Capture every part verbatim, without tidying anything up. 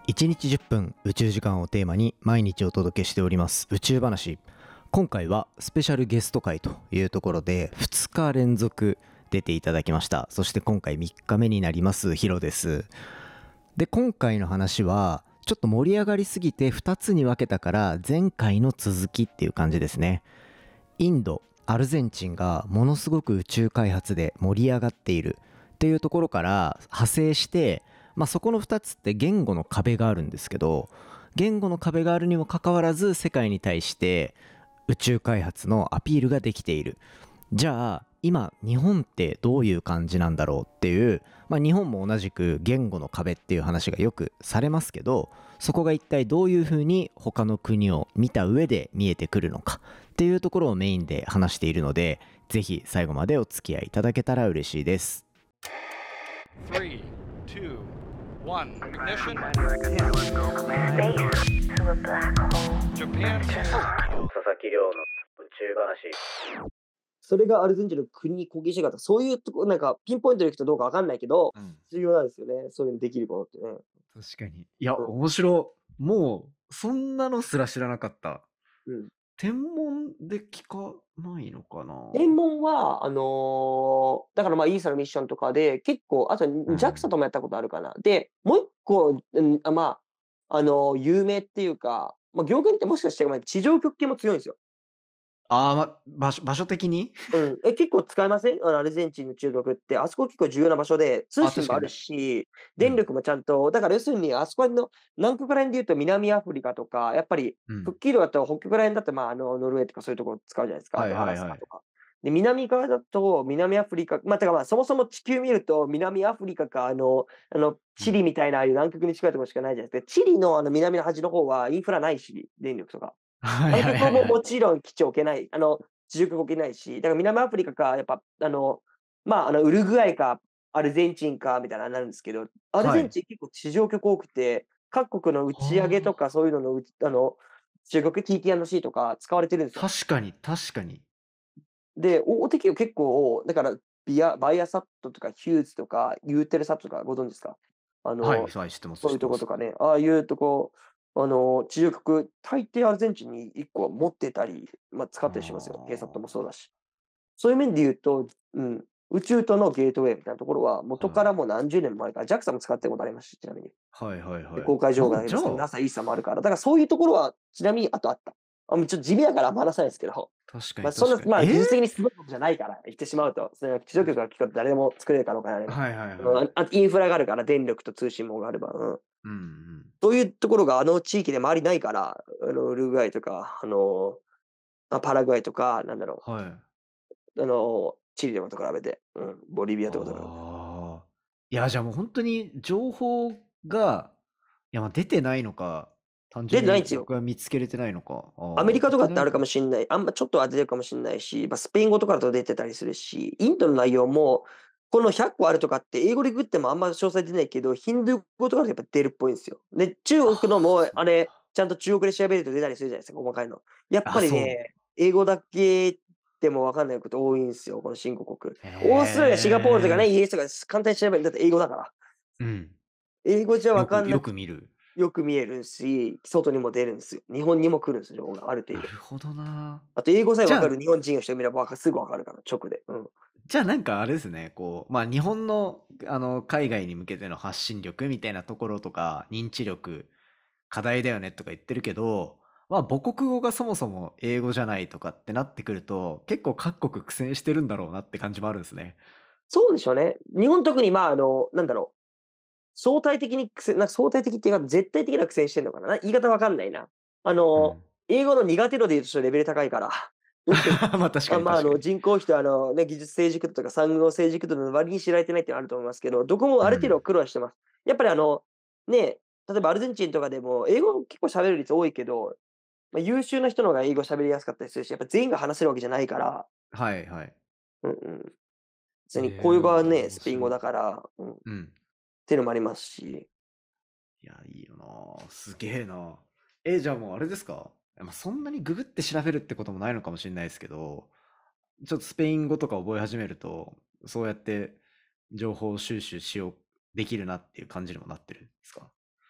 いちにちじゅっぷん宇宙時間をテーマに毎日お届けしております宇宙話。今回はスペシャルゲスト会というところでふつか連続出ていただきました。そして今回みっかめになりますヒロです。で今回の話はちょっと盛り上がりすぎてふたつに分けたから前回の続きっていう感じですね。インド、アルゼンチンがものすごく宇宙開発で盛り上がっているっていうところから派生して、まあ、そこのふたつって言語の壁があるんですけど、言語の壁があるにもかかわらず世界に対して宇宙開発のアピールができている。じゃあ今日本ってどういう感じなんだろうっていう、まあ、日本も同じく言語の壁っていう話がよくされますけど、そこが一体どういうふうに他の国を見た上で見えてくるのかっていうところをメインで話しているので、ぜひ最後までお付き合いいただけたら嬉しいです。 さん、に、いち、ignition. Japan. 佐々木亮の宇宙話。 それがアルゼンチンの国に貢献してるかった、そういうとこ、なんかピンポイントでいくとどうかわかんないけど、 うん、 重要なんですよね。そういうのできることってね。 確かに。いや、 うん面白。もう、そんなのすら知らなかった。 うん。 天文で聞かないのかな。 天文は、あのーだからまあ、イーサのミッションとかで、結構、あと ジャクサ ともやったことあるかな。で、もう一個、うんあまあ、あのー有名っていうか、まあ、業界ってもしかして地上局系も強いんですよ。 ああ、ま、場所、場所的にうん。え、結構使いません？あの、アルゼンチンの中局って、あそこ結構重要な場所で、通あ、確かに。 信もあるし、電力もちゃんと、だから要するに、あそこの南極ら辺で言うと南アフリカとか、やっぱり、 うん。 復帰路だと北極ら辺だと、まあ、あの、ノルウェーとかそういうところ使うじゃないですか。あとアはいはいはい。 ラスカとか。で、南側だと南アフリカ、まあ、てかまあ、そもそも地球見ると南アフリカか、あの、あの、チリみたいなああいう南極に近いところしかないじゃないですか。チリのあの南の端の方はインフラないし、電力とか。 はいはい南極ももはいはい。 ちろん基地置けない、あの、地上局置けないし、だから南アフリカか、やっぱ、あの、まあ、あの、ウルグアイか、アルゼンチンかみたいなのになるんですけど、アルはい。 ゼンチン結構地上局多くて、各国の打ち上げとはかそういうののうちあの、地上局 ティーティーアンドシー とか使われてるんですあ、 よ。 確かに確かに。 で、大手企業結構、だから、ビアバイアサットとかヒューズとか、ユーテレサットとかご存知ですか？あはいの、 はい、知ってますそういう知ってます。 とことかね、ああいうとこ、あの、地上局、大抵アルゼンチンにいっこは持ってたり、まあ、使ったりしますよ。ケーサットもそうだし。そういう面で言うと、うん、宇宙とのゲートウェイみたいなところは、元かはい。 らもう何十年も前から ジャクサ も使ってることありますし、ちなみに。 はいはいで、 はい。 公開情報がありますけど、 なんじゃあ、 ナサ、イーサもあるから。だからそういうところは、ちなみにあとあった。あ、もうちょっと地味だからあんま話さないですけど、 確かまあ、そんな、 に確かに。 まあ、 え技術的にすごいことじゃないから、言ってしまうと、それは地上局が聞くと誰でも作れるかどうかあれー、 ば。 はいはいうん、 はい。 ああとインフラがあるから、電力と通信網があれば、うん。 うんうん。 そういうところがあの地域で周りないから、あの、ウルグアイとか、あの、あ、パラグアイとか、なんだろはい。 う、あの、チリとかと比べて、うん、ボリビアとかと比べて。 ああ。いや、じゃあもう本当に情報が、いや、ま、出てないのか、単純に出てないんですよ。 僕が見つけれてないのか。ああ、 アメリカとかってあるか出てないか。 もしんない。あんまちょっとは出てるかもしんないし、まあ、スペイン語とかだと出てたりするし、インドの内容も、このひゃっこあるとかって英語でグってもあんま詳細出ないけど、ヒンドゥー語とかだとやっぱ出るっぽいんですよ。で、中国のああ、 も、あれ、 そうなんだ。 ちゃんと中国で調べると出たりするじゃないですか、細かいの。やっぱあ、そう。 りね、英語だけでもわかんないこと多いんすよ、この新興国。オーストラリア、シンガポールとかね、 へえ。 イギリスとか簡単に調べるんだって英語だから。 うん。 英語じゃわよくよかんなくく見る。 よく見えるし、外にも出るんですよ。日本にも来るんですよ、情報がある程度。 なるほどな。 あと英語さえじゃあわかる日本人の人見ればわかすぐわかるから、直で。うん。 じゃあなんかあれですね、こう、まあ日本の、あの、海外に向けての発信力みたいなところとか、認知力、課題だよねとか言ってるけど、まあ母国語がそもそも英語じゃないとかってなってくると、結構各国苦戦してるんだろうなって感じもあるんですね。 そうでしょうね。日本特にまあ、あの、なんだろう、相対的に苦戦なんか相対的っていうか、絶対的な苦戦してんのかな。な言い方わかんないな。あの、 うん。 英語の苦手度で言うとちょっとレベル高いから。 まあ確かあ、まあ、あの、 に確かに。 人口比とあの、ね、技術成熟度とか産業成熟度の割に知られてないっていうのはあると思いますけど、どこもある程度うん。 苦労はしてます。やっぱりあの、ね、例えばアルゼンチンとかでも英語結構喋る率多いけど、まあ、優秀な人の方が英語喋りやすかったりするし、やっぱ全員が話せるわけじゃないから、 はいはい。 うんうん。別に公ええ、 用語はね、スペイン語面白い。 だから、うん、っうん。 ていうのもありますし。 いや、いいよな。すげえな。え、じゃあもうあれですか？まあ、そんなにググって調べるってこともないのかもしれないですけど、ちょっとスペイン語とか覚え始めると、そうやって情報収集しよう、できるなっていう感じにもなってるんですか？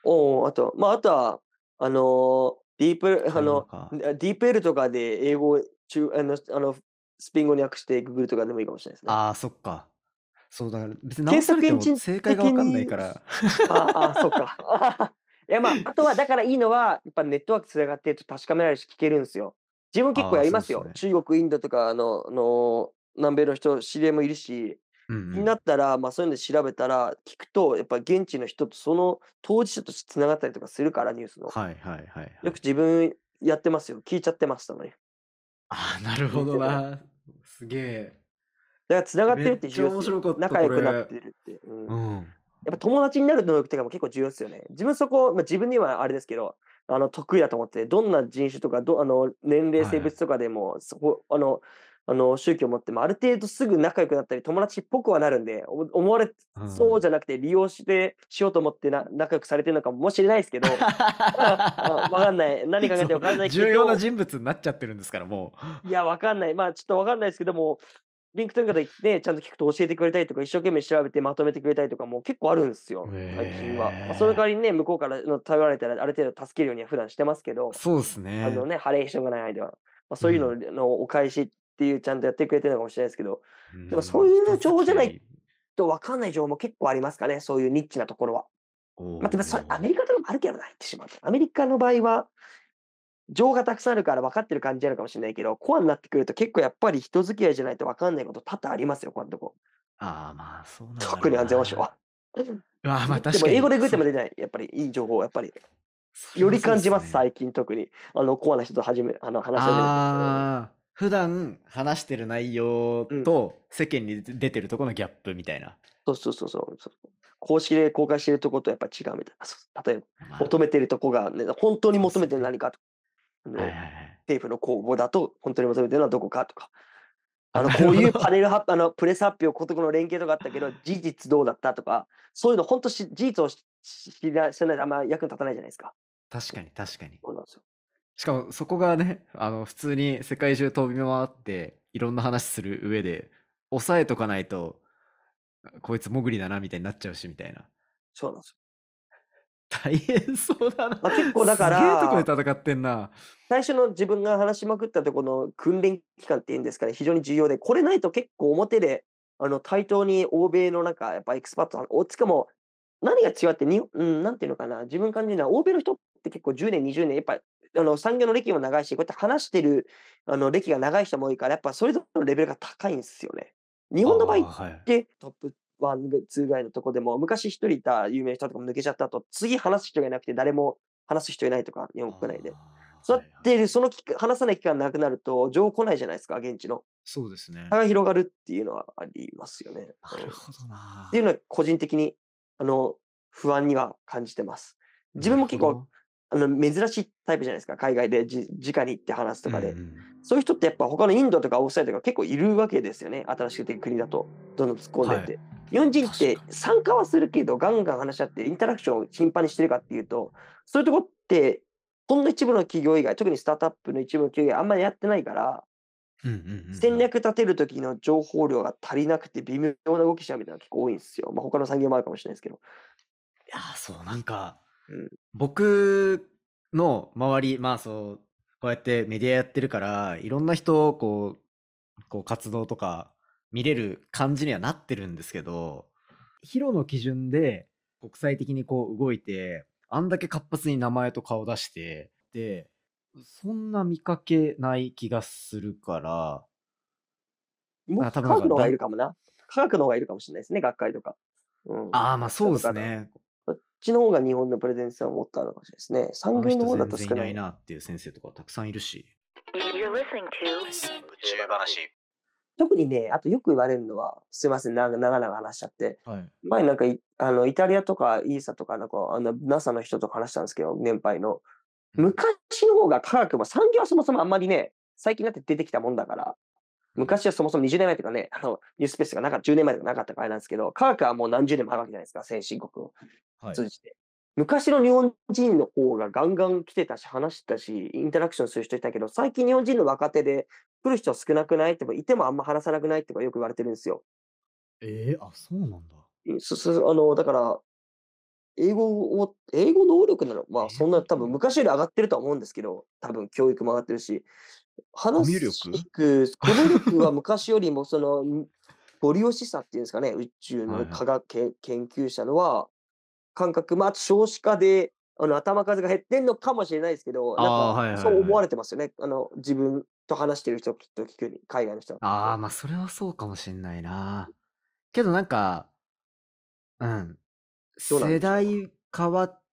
おお、あと、まあ、あとは、あの、ディープあ会話の、 か。 ディープ L とかで英語、中あのあの、スペイン語に訳してググるとかでもいいかもしれないですね。 ああ、そっか。そうだから、別に直検されても索エンジン正解がわかんない的にから。 ああ、そっか。いや、まあ、あとはだからいいのは、やっぱネットワーク繋がってると確かめられるし聞けるんすよ。自分結構ああ、 やりますよ。 そうっすね。 中国、インドとかのあの、南米の人、知り合いもいるし、 うんう気になん。 ったら、ま、そういうので調べたら、聞くと、やっぱ現地の人とその当事者として繋がったりとかするから、ニュースの。 はいはいはいはよくい。 自分やってますよ。聞いちゃってます、たまに。 ああ、なるほ見ても。 どな。すげえ。 だから繋がってるってめっちゃ重要っすよ。 面白かった、 仲良くなっこれ。 てるって。うん。 うん。 やっぱ友達になる能力とかも結構重要っすよね。自分そこ、ま、自分にはあれですけど、あの、得意だと思って、どんな人種とか、どあの、年齢、 はいはい。 性別とかでも、そこ、あのあの、宗教を持ってもある程度すぐ仲良くなったり、友達っぽくはなるんで、お思われうん。 そうじゃなくて利用してしようと思ってな仲良くされてるのかもしれないすけど、ああ、わかんない。何考えそう、 てるかわかんないけ重要など人物になっちゃってるんですから、もう。 いや、わかんない。まあ、ちょっとわかんないすけども、リンクトインとかでね、ちゃんと聞くと教えてくれたりとか、一生懸命調べてまとめてくれたりとかも結構あるんすよ、最近は。ま、その代ええ。 わりにね、向こうからの頼られたらある程度助けるようには普段してますけど、 そうっすね。 あのね、ハレーションがない間は。ま、そういうのうん。 でのお返しっていうちゃんとやってくれてるのかもしれないすけど、 うでもそうん、人いう情報じゃない付き合いとわかんない情報も結構ありますかね、そういうニッチなところは。 おま、でもそれアお。 メリカとかもあるけどな、言ってしまうと。アメリカの場合は情報がたくさんあるから分かってる感じあるかもしんないけど、コアになってくると結構やっぱり人付き合いじゃないと分かんないこと多々ありますよ、ここんとこ。 ああ、まあ、そうなんだろう特に安全保障な。 は。 うわ、まあ、 でも英語確かに、そでグっても出ない、やっぱりいい情報はやっぱり。 それよはそうっり感じます、 すね。 最近特に。あの、コアな人とはじめあの、話し始めて。うん。 ああ、普段話してる内容うん。 と世間にで出てるとこのギャップみたいな。 そうそうそうそう、そう。公式で公開してるとことやっぱ違うみたいな。そう、例えば、 まあ、 求めてるとこがね、ほんとに求めそうっすよね。 てる何かと。あはいの、 はいはい。 政府の公募だと、ほんとに求めてるのはどこかとか。 あ、 あの、 なるこういうパほど。 ネルはあの、プレス発表、ことこの連携とかあったけど、事実どうだったとか、そういうのほんとし事実をしし知ら知らないとあんま役に立たないじゃないすか。 確かに確かに。 そうなんすよ。 しかもそこがね、あの、普通に世界中飛び回って、いろんな話する上で、押さえとかないと、こいつ潜りだなみたいになっちゃうしみたいな。 そうなんすよ。 大変そうだな。 ま、結構だかすげえとこでら戦ってんな。 最初の自分が話しまくったとこの訓練期間っていうんですかね、非常に重要で、これないと結構表で、あの、対等に欧米のなんかやっぱエキスパートおつかも、何が違うって、にうん、なんていうのかな、自分感じるのは欧米の人って結構じゅうねん、にじゅうねんやっぱ、あの、産業の歴も長いし、こうやって話してる、あの、歴が長い人も多いから、やっぱそれぞれのレベルが高いんすよね。日あ本の場合っあ、はい。 てトップワン、ツーぐらいのとこでも、昔ひとりいた有名な人とかも抜けちゃった後、次話す人がいなくて誰も話す人いないとか、日本国内で。 ああ、 そうやっはいはい。 て、そのきか話さない期間なくなると、情報来ないじゃないすか、現地の。 そうですね。 差が広がるっていうのはありますよね。うん。っなるほどていうのな。 は個人的に、あの、不安には感じてます。自な分も結構、 るほど。 あの、珍しいタイプじゃないすか、海外でじ直に行って話すとうんうかで。 ん。 そういう人ってやっぱ他のインドとかオーストラリアとか結構いるわけですよね、新しくでき国だと、どんどん突っ込んではい。 って。日本人って確かに。 参加はするけど、ガンガン話し合ってインタラクションを頻繁にしてるかっていうと、そういうとこって、ほんの一部の企業以外、特にスタートアップの一部の企業以外あんまりやってないからうんうんうんうん。 戦略立てる時の情報量が足りなくて微妙な動きしちゃうみたいなの結構多いんすよ。ま、他の産業もあるかもしれないすけど。 いや、そう、なんか、 うん。 僕の周り、まあ、そう、こうやってメディアやってるから、いろんな人をこうこう活動とか見れる感じにはなってるんですけど、ヒロの基準で国際的にこう動いて、あんだけ活発に名前と顔出して、で、そんな見かけない気がするから、 もっあ、多分なんか、 と科学の方がいだるかもな。科学の方がいるかもしんないすね、学会とか。うん、 ああ、ま、そうで学者とかの。 すね。 そっちの方が日本のプレゼンスはもっとあるのかもしれないすね。産あの人業の方だ全然いないと少ない。 なっていう先生とかたくさんいるし。 You're listening to 宇宙話。 特にね、あとよく言われるのは、すいません、な長々話しちゃって。 はい。 前なんか、いあの、イタリアとかイーサとかなんか、あの、ナサ の人と話したんすけど、年配の。 うん。 昔の方が科学も産業はそもそもあんまりね、最近になって出てきたもんだから、 うん。 昔はそもそもにじゅうねんまえとかね、あの、ニュースペースがなかじゅうねんまえとかなかったからあれなんすけど、科学はもう何十年もあるわけじゃないすか、先進国をはい。 通じて。昔の日本人の方がガンガン来てたし、話してたし、インタラクションする人いたけど、最近日本人の若手で来る人少なくないって、いてもあんま話さなくないとかよく言われてるんすよ。 ええ、あ、そうなんだ。 うん、すすあの、だから英語を、英語能力なの、まあ、そんな多分英語昔より上がってるとは思うんですけど、多分教育も上がってるし、 コミュ話し力にくコミュ力は昔よりもその、ん、ご利用しさっていうんですかね、宇宙のはいはい。 科学け研究者のは、感覚、まあ、あと少子化で、あの、頭数が減ってんのかもしれないですけど、なんああ、 か、 はいそう思わはいはい。 れてますよね。あの、自分と話してる人と聞くに、海外の人ああ、 と。 まあそれはそうかもしんないな。けどなんか、うん、世どうなんでしょうか。 代変わって、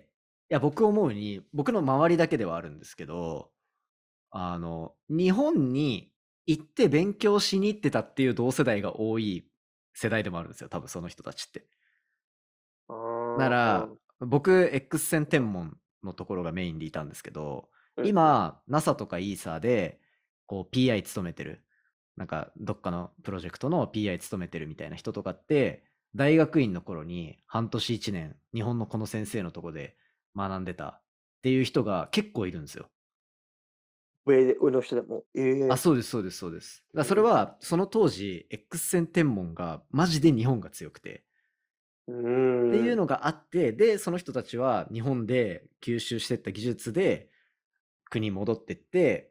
いや僕思うに、僕の周りだけではあるんですけど、あの、日本に行って勉強しに行ってたっていう同世代が多い世代でもあるんですよ、多分その人たちって。なあら、 あ、 僕、X 線天文のところがメインでいたんですけど、 うん、うん。 今、NASA とか イーサー で、こう、ピーアイ 務めてる、なんか、どっかのプロジェクトの ピーアイ 務めてるみたいな人とかって、大学院の頃に半年いちねん、日本のこの先生のとこで学んでたっていう人が結構いるんですよ。 上で上の人でも。えあ、 え。 そうです、そうです、そうです。だからそれうん。 は、その当時、X 線天文がマジで日本が強くて、 うっていーん。 うのがあって、で、その人たちは日本で吸収してった技術で国に戻ってって、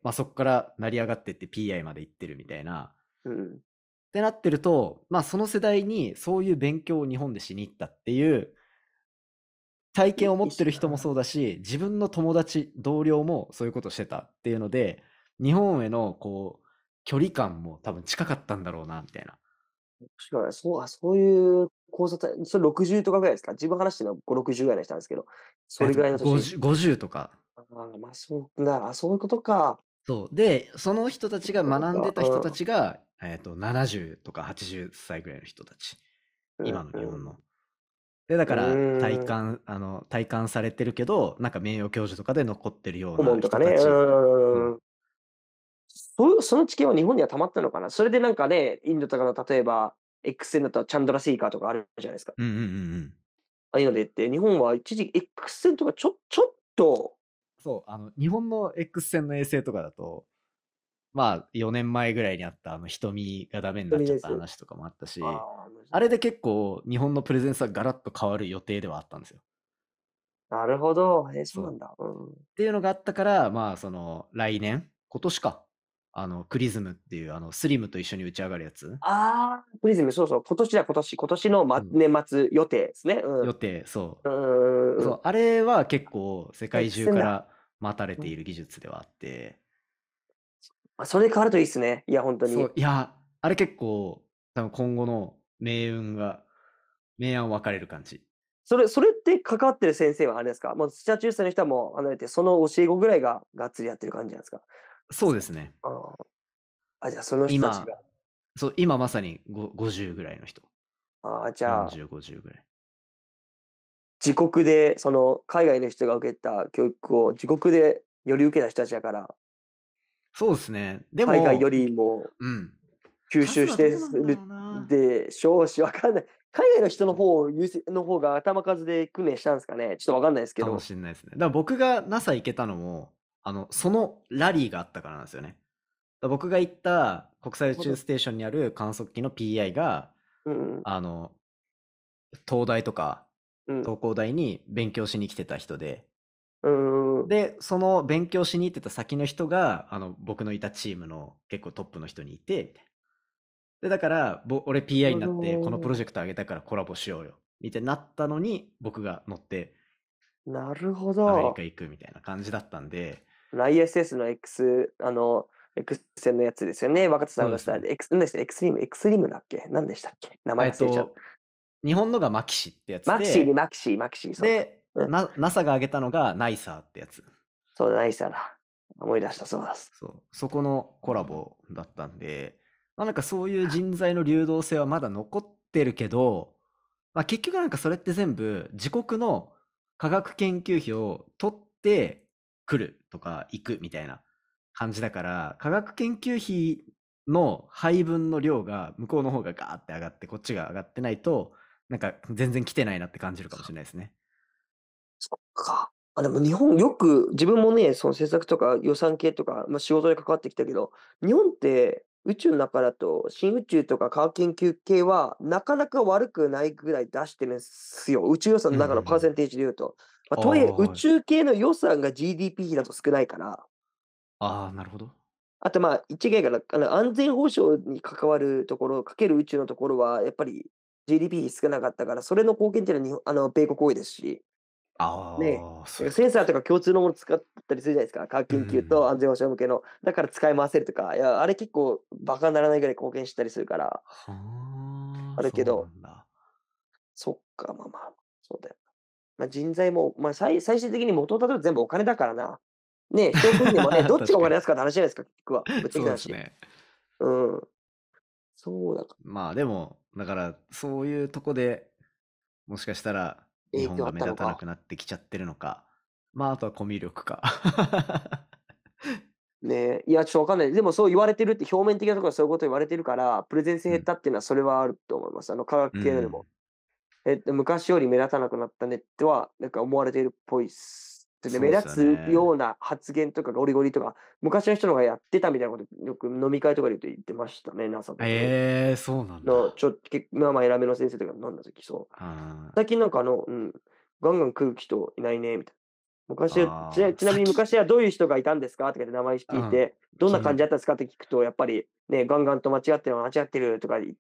まあ、そこから成り上がってって ピーアイ まで行ってるみたいな。 うん。 ってなってると、まあ、その世代にそういう勉強を日本でしに行ったっていう体験を持いいっすってる人もな。 そうだし、自分の友達、同僚もそういうことしてたっていうので、日本へのこう、距離感も多分近かったんだろうな、みたいな。 確かに、そう、あ、そういう交差点、それろくじゅうとかぐらいですか？自分話してるのはご、ろくじゅうぐらいの人なんですけど、そえっと、 れぐらいの年に。 ごじゅう、ごじゅうとか。 ああ、ま、そうなあ、そういうことか。 そう。で、その人たちがそういうことか。 学んでた人たちが、えっと、ななじゅうとかはちじゅっさいぐらいの人たち。 うん。 今のうん日本の。で、だうから、体ん。うーん。 感、あの、体感されてるけど、なんか名誉教授とかで残ってるよう顧な問とかね。う人たち。そう。 ーん。そういうその知見は日本には溜まったのかな？それでなんかね、インドとかの例えば、X 線だとチャンドラシーカーとかあるじゃないですか。 うんうんうんうん。 ああいうので言って、日本は一時 X 線とかちょちょっと、 そう、あの、日本の X 線の衛星とかだと、まあ、よねんまえぐらいにあった、あの、瞳がダメになっちゃった瞳です。 話とかもあったし、 ああ、むずあれで結構、日本のプレゼンスはガラッと変わる予定ではあったんですよ。 なるほど。え、そうそう。 なんだ。うん。 っていうのがあったから、まあ、その、来年、今年か。あの、クリズムっていう、あの、スリムと一緒に打ち上がるやつ。 ああ、プリズム、そうそう、今年だ、今年。今年の、ま、 うん。 年末予定ですね。うん。 予定、そうんうんうう。 んうん。 そう、あれは結構世界 X 線だ。 中から待たれうん。 ている技術ではあって、 あ、それで変わるといいっすね。いや、ほんとに。 そう、いや、あれ結構、多分今後の命運が、明暗分かれる感じ。 それそれって関わってる先生はあれですか？もうスチャチュー生の人はもう離れて、その教え子ぐらいががっつりやってる感じなんですか？ そうですね。 ああ。あ、じゃあその人たち今、 が、 そう、今まさにごごじゅうぐらいの人。 ああ、じゃあ、 よんじゅう、ごじゅうぐらい。 自国でその海外の人が受けた教育を自国でより受けた人たちだから、 そうですね。で海外よも、 りもうん。 吸収し数はどてするうなんだろうな。 でしょうし、わかんない。海外の人の方優先の方が頭数で訓練したんですかね？ちょっとわかんないですけかもど。 しれないですね。だから僕が NASA 行けたのも、あの、そのラリーがあったからなんですよね。だから僕が行った国際宇なるほど。 宙ステーションにある観測機の ピーアイ が、 うんうん。 あの、東大とかうん。 東工大に勉強しに来てた人で、 うんうん。 で、その勉強しに行ってた先の人が、あの、僕のいたチームの結構トップの人にいて、みたいな。で、だから、ぼ俺 ピーアイなるになって、このプロほジェクトあげたからコラボしようよ。みたいになったのに、僕が乗ってど。なるほアメリカど。 行くみたいな感じだったんで、 アイエスエス の X、あの、X 線のやつですよね。若田さそうですね。 んがした。X、なんでした？エクスリーム、エクスリームだっけ？何でしたっけ？名前えっ忘れちゃう。 と、日本のがマキシってやつマキシーにで、 マキシー、マキシー、そうだ。 で、 うん。 な NASA が挙げたのがナイサーってやつ。 そうだ、ナイスだ。思い出した、そうだ。 そう。そこのコラボだったんで、まあ、なんかそういう人材の流動性はまだ残ってるけど、まあ、結局なんかそれって全部自国の科学研究費を取って来るとか行くみたいな感じだから、科学研究費の配分の量が向こうの方がガーって上がってこっちが上がってないと、なんか全然来てないなって感じるかもしれないですね。 そっか。あ、でも日本よく、自分もね、その政策とか予算系とか、まあ、仕事で関わってきたけど、日本って宇宙の中だと、新宇宙とか科学研究系は、なかなか悪くないぐらい出してるんすよ。宇宙予算の中のパーセンテージで言うと。まあ、 あとはいえ、宇あ、 宙系の予算が ジーディーピー 比だと少ないから、 ああ、なるほど。 あとまあ、一概から、あの、安全保障に関わるところ、かける宇宙のところは、やっぱり ジーディーピー 比少なかったから、それの貢献っていうのは日本、あの、米国多いですし、ね、 ああ、そういうことか。 センサーとか共通のもの使ったりするじゃないですか。科学うん研究と安全保障向けの。だから使い回せるとか、いや、あれ結構バカにならないぐらい貢献したりするから、 はあ、そうなあるけど、 んだ。 そっか、まあまあ、そうだよ。まあ、人材も、まあ、最最終的に元をたどると全部お金だからな。ね、人を食うにもね、どっちが確かに。 お金出すかって話じゃないですか、結局は。ぶっちゃけた話。 そうですね。 うん。そうだかまあでも、だからそういうとこでもしかしたら日影響あ本が目立たなったのか。 くなってきちゃってるのか。まああとはコミュ力か。 ね、いや、ちょっとわかんない。でもそう言われてるって、表面的なところはそういうこと言われてるから、プレゼン性うん。 減ったっていうのはそれはあると思います。あの、科学う系でも。 ん。 えっと、昔より目立たなくなったねっては、なんか思われているっぽいっす。でね、目そうですよ立つよね。 うな発言とかゴリゴリとか、昔の人の方がやってたみたいなこと、よく飲み会とかで言うと言ってましたね、ナサ とかで。 ええ、そうなんの、 だ。 ちょっと、けまあまあ偉めの先生とか飲んだ時、そう。 あ最近なんかあの、うん、ガンガン食う人いないね、みたいな。昔は、ちなあー、 ちなみに先、 昔はどういう人がいたんですかとかって名前うん、 聞いて、どんな気になる。 感じだったんですかって聞くと、やっぱりね、ガンガンと間違ってる間違ってるとか言って、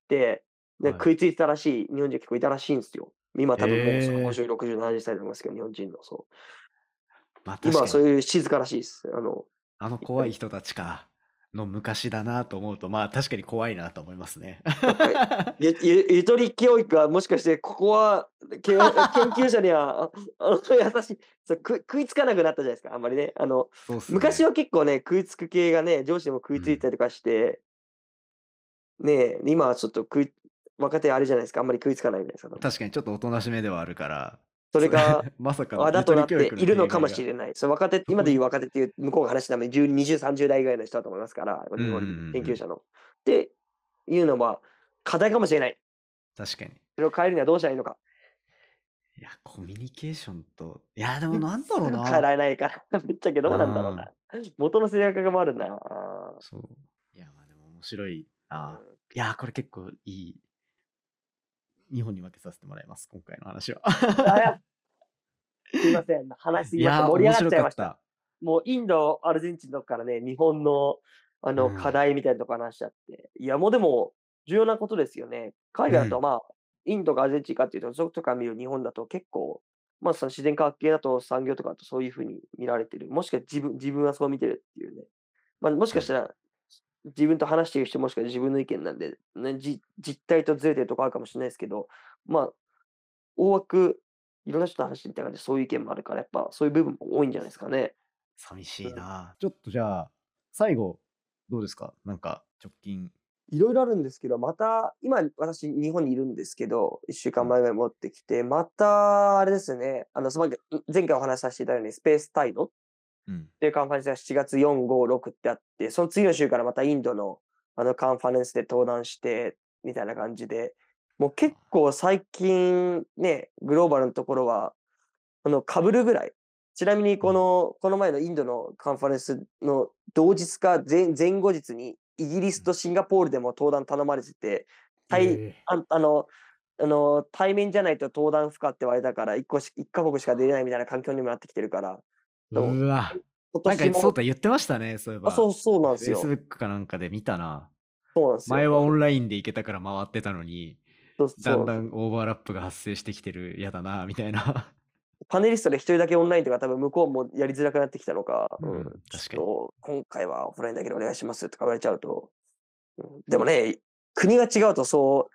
で、 はい。 食いついてたらしい日本人結構いたらしいんですよ。今多分もうそのへえ、 ごじゅう、ろくじゅう、ななじゅっさいだと思いますけど、日本人の、そう。 まあ確かに、 今はそういう静からしいです。あの、 あのやっぱり、 怖い人たちか、の昔だなと思うと、まあ確かに怖いなと思いますね。 なんか、ゆゆゆとり教育はもしかしてここは、け研究者には、ああの、優しい、そう、く食いつかなくなったじゃないですか、あんまりね。あの、 そうっす昔ね。 は結構ね、食いつく系がね、上司にも食うん。 いついたりとかして、ね、今はちょっと食い若手あれじゃないですか、あんまり食いつかないじゃないですか、多分。 確かにちょっとおとなしめではあるから、そそれが、 まさかのあだとなっゆとり教育のているのかも弊害が。 しれない。そう、若手今で言う若手っていう、向こうが話したのはじゅう、にじゅう、さんじゅう代ぐらいの人だと思いますから、 うんうんうんう日本研究ん。 者の。っていうのは課題かもしれない。 確かに。 それを変えるにはどうしたらいいのか。 いや、コミュニケーションと、いや、でもすなんだろうぐ変えらな。 れないから、ぶっちゃけどううなんだろうん。 な。元の性格もあるな。 そう。いや、まあでも面白いな。 うん。 いや、これ結構いい。日本に分けさせてもらいます、今回の話は。 あ、やすいません。話しすぎました。 いやー、 盛り上がっ面白ちゃいました。 かった。 もうインド、アルゼンチンとかからね、日本のあの課うん。 題みたいなとこ話しちゃって。いや、もうでも重要なことですよね。海外だとうん。 まあ、インドかアルゼンチンかっていうと、そことか見る日本だと結構、まあその自然科学系だと産業とかだとそういう風に見られてる。もしくは自分自分はそう見てるっていうね。まあ、もしうん。 かしたら、自分と話している人もしかして自分の意見なんで、ね、じ実態とずれてるとこあるかもしれないですけど、まあ、大枠、いろんな人と話してみたいな感じで、そういう意見もあるから、やっぱそういう部分も多いんじゃないですかね。 寂うん。 しいな。ちょっとじゃあ、最後、どうですかなんか、直近。 いろいろあるんですけど、また、今私日本にいるんですけど、いっしゅうかんはい。 まえぐらいに戻ってきて、またあれですね、あの、その前回お話しさせていただいたように、スペースタイドっうん。 ていうカンファレンスがしちがつよん、ご、ろくってあって、その次の週からまたインドのあのカンファレンスで登壇して、みたいな感じで、もう結構最近ね、グローバルのところは、あの、被るぐらい。ちなみにこうん。 の、この前のインドのカンファレンスの同日か前前後日に、イギリスとシンガポールでも登壇頼まれてて、対ええああのあの、対面じゃないと登壇不可って言われたから、いっこしいっカ国しか出れないみたいな環境にもなってきてるから、でも、 うわ。 今なんか、そう年もだ、言ってましたね、そういえあ、そば。 うそうなんですよ。 Facebook かなんかで見たな。 そうなんですよ。 前はオンラインで行けたから回ってたのに、 そうだんそうなんですよ。 だんオーバーラップが発生してきてる、やだな、みたいな。 パネリストで一人だけオンラインとか多分向こうもやりづらくなってきたのか、うん、 うん、 ち確かに。 ょっと今回はオフラインだけでお願いしますとか言われちゃうと、うん、でもね、国が違うとそう、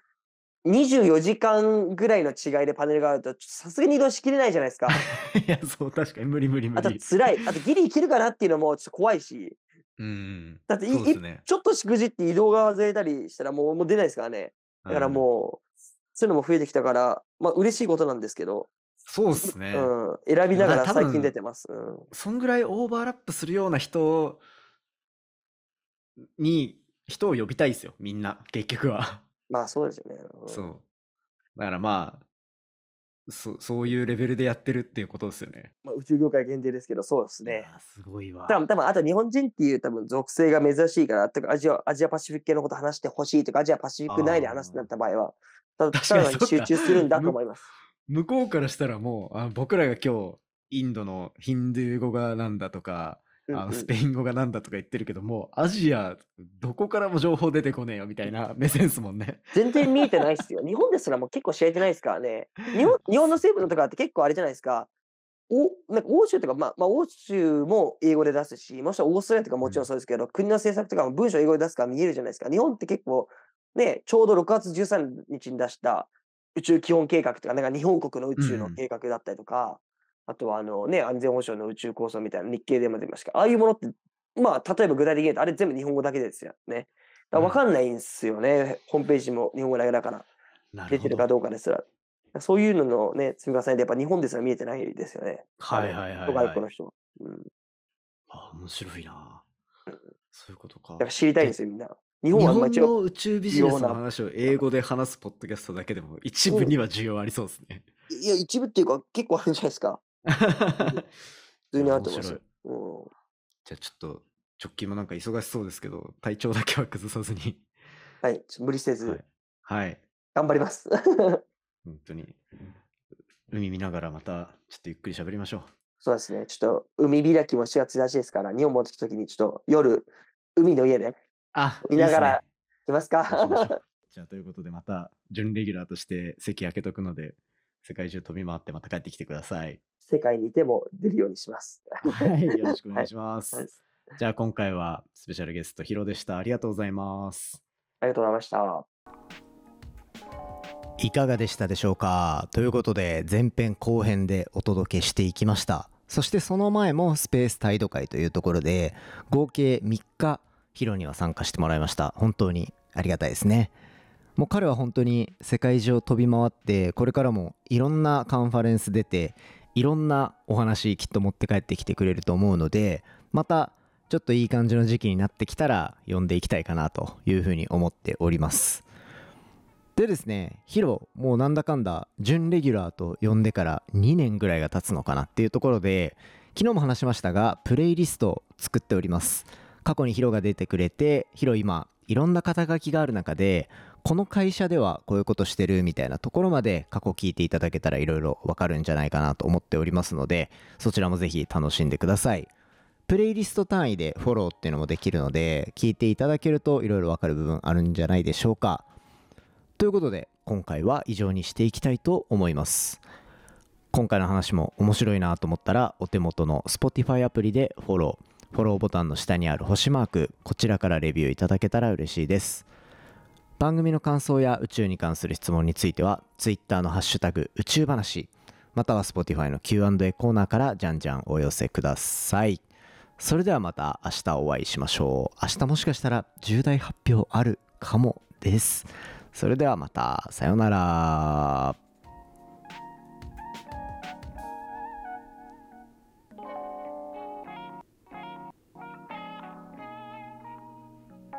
にじゅうよじかんぐらいの違いでパネルがあると、さすがに移動しきれないじゃないですか。 いや、そう、確かに無理無理無あと理。 辛い、あとギリいけるかなっていうのもちょっと怖いし、 うん、 だっていいそうですね。 ちょっとしくじって移動が外れたりしたらもうもう出ないですからね。だからうん。 もう、そういうのも増えてきたから、ま、嬉しいことなんですけど、 そうっじすね。 うん、選びでもだ、 ながら最近出多分、 てます。うん。 そんぐらいオーバーラップするような人に、人を呼びたいですよ、みんな、結局は。 まあ、そうですよね。うん。 そう。だからまあ、 そそういうレベルでやってるっていうことですよね。 まあ、宇宙業界限定ですけど、そうですいね。 やーすごいわ。 多分、多分あと日本人っていう多分属性が珍しいから、とかアジア、アジアパシフィック系のこと話してほしいとか、アジアパシフィック内で話すってなった場合は、た確さらにかにそっか。 集中するんだと思います。 向こうからしたらもうあ僕らが今日インドのヒンドゥー語がなんだとか、 うんうんあのスペイン語がなんだとか言ってるけども、アジアどこからも情報出てこねえよみたいな目線ですもんね。 全然見えてないっすよ。日本ですらもう結構知られてないですからね。日本日本の成分のとかって結構あれじゃないですか。おなんか欧州とか、まあ、まあ、欧州も英語で出すし、もしくはオーストラリアとかもちろんそうですけど、国の政策とかも文章英語で出すから見えるじゃないですか。日本って結構、ね、ちょうどろくがつじゅうさんにちに出した宇宙基本計画とか、なんか日本国の宇宙の計画だったりとか、あとはあのね、安全保障の宇宙構想みたいな日経でも出ましたけど、ああいうものって、まあ、例えば具体的に言うと、あれ全部日本語だけですよね。だから分かんないんですよね、ホームページも日本語だけだから、 なるほ出てるかど。 どうかですら。そういうののね、積み重ねでやっぱ日本ですら見えてないですよね。 はいはいはい外はい。 国の人は。うん。だあ面白いな。そういうことか。 から知りたいんでですよ、みんな。日本日はまあ一応、 本の宇宙ビジネスの重要な話を英語で話すポッドキャストだけでも一部には需要ありそうですね。 いや、一部っていうか結構あるんじゃないですか。普通にあると思いますよ。うん。 じゃあちょっと直近もなんか忙しそうですけど、体調だけは崩さずに。 はい、ちょっと無理せはいず。 はい。 頑張ります。 本当に。海見ながらまたちょっとゆっくり喋りましょう。 そうですね。ちょっと海開きもしがつらしいですから、日本戻ってきた時にちょっと夜、海の家であ、 見ながらいいっすね。 来ますそうしましょうか。 じゃあということでまた準レギュラーとして席開けとくので、世界中飛び回ってまた帰ってきてください。 世界にいても出るようにします。 はい、よろしくお願いします。 はい、 じゃあ今回はスペシャルゲストヒロでした。ありがとうございます。 ありがとうございました。 いかがでしたでしょうか。ということで前編後編でお届けしていきました。そしてその前もスペースタイド会というところで合計みっかヒロには参加してもらいました。本当にありがたいですね。もう彼は本当に世界中を飛び回ってこれからもいろんなカンファレンス出ていろんなお話きっと持って帰ってきてくれると思うので、またちょっといい感じの時期になってきたら呼んでいきたいかなというふうに思っております。でですね、ヒロもうなんだかんだ準レギュラーと呼んでからにねんぐらいが経つのかなっていうところで、昨日も話しましたがプレイリストを作っております。過去にヒロが出てくれて、ヒロ今いろんな肩書きがある中でこの会社ではこういうことしてるみたいなところまで過去聞いていただけたらいろいろわかるんじゃないかなと思っておりますので、そちらもぜひ楽しんでください。プレイリスト単位でフォローっていうのもできるので、聞いていただけるといろいろわかる部分あるんじゃないでしょうか。ということで今回は以上にしていきたいと思います。今回の話も面白いなと思ったら、お手元の Spotify アプリでフォローフォローボタンの下にある星マーク、こちらからレビューいただけたら嬉しいです。番組の感想や宇宙に関する質問については Twitter のハッシュタグ宇宙話、または Spotify の キューアンドエー コーナーからじゃんじゃんお寄せください。それではまた明日お会いしましょう。明日もしかしたら重大発表あるかもです。それではまた、さようなら。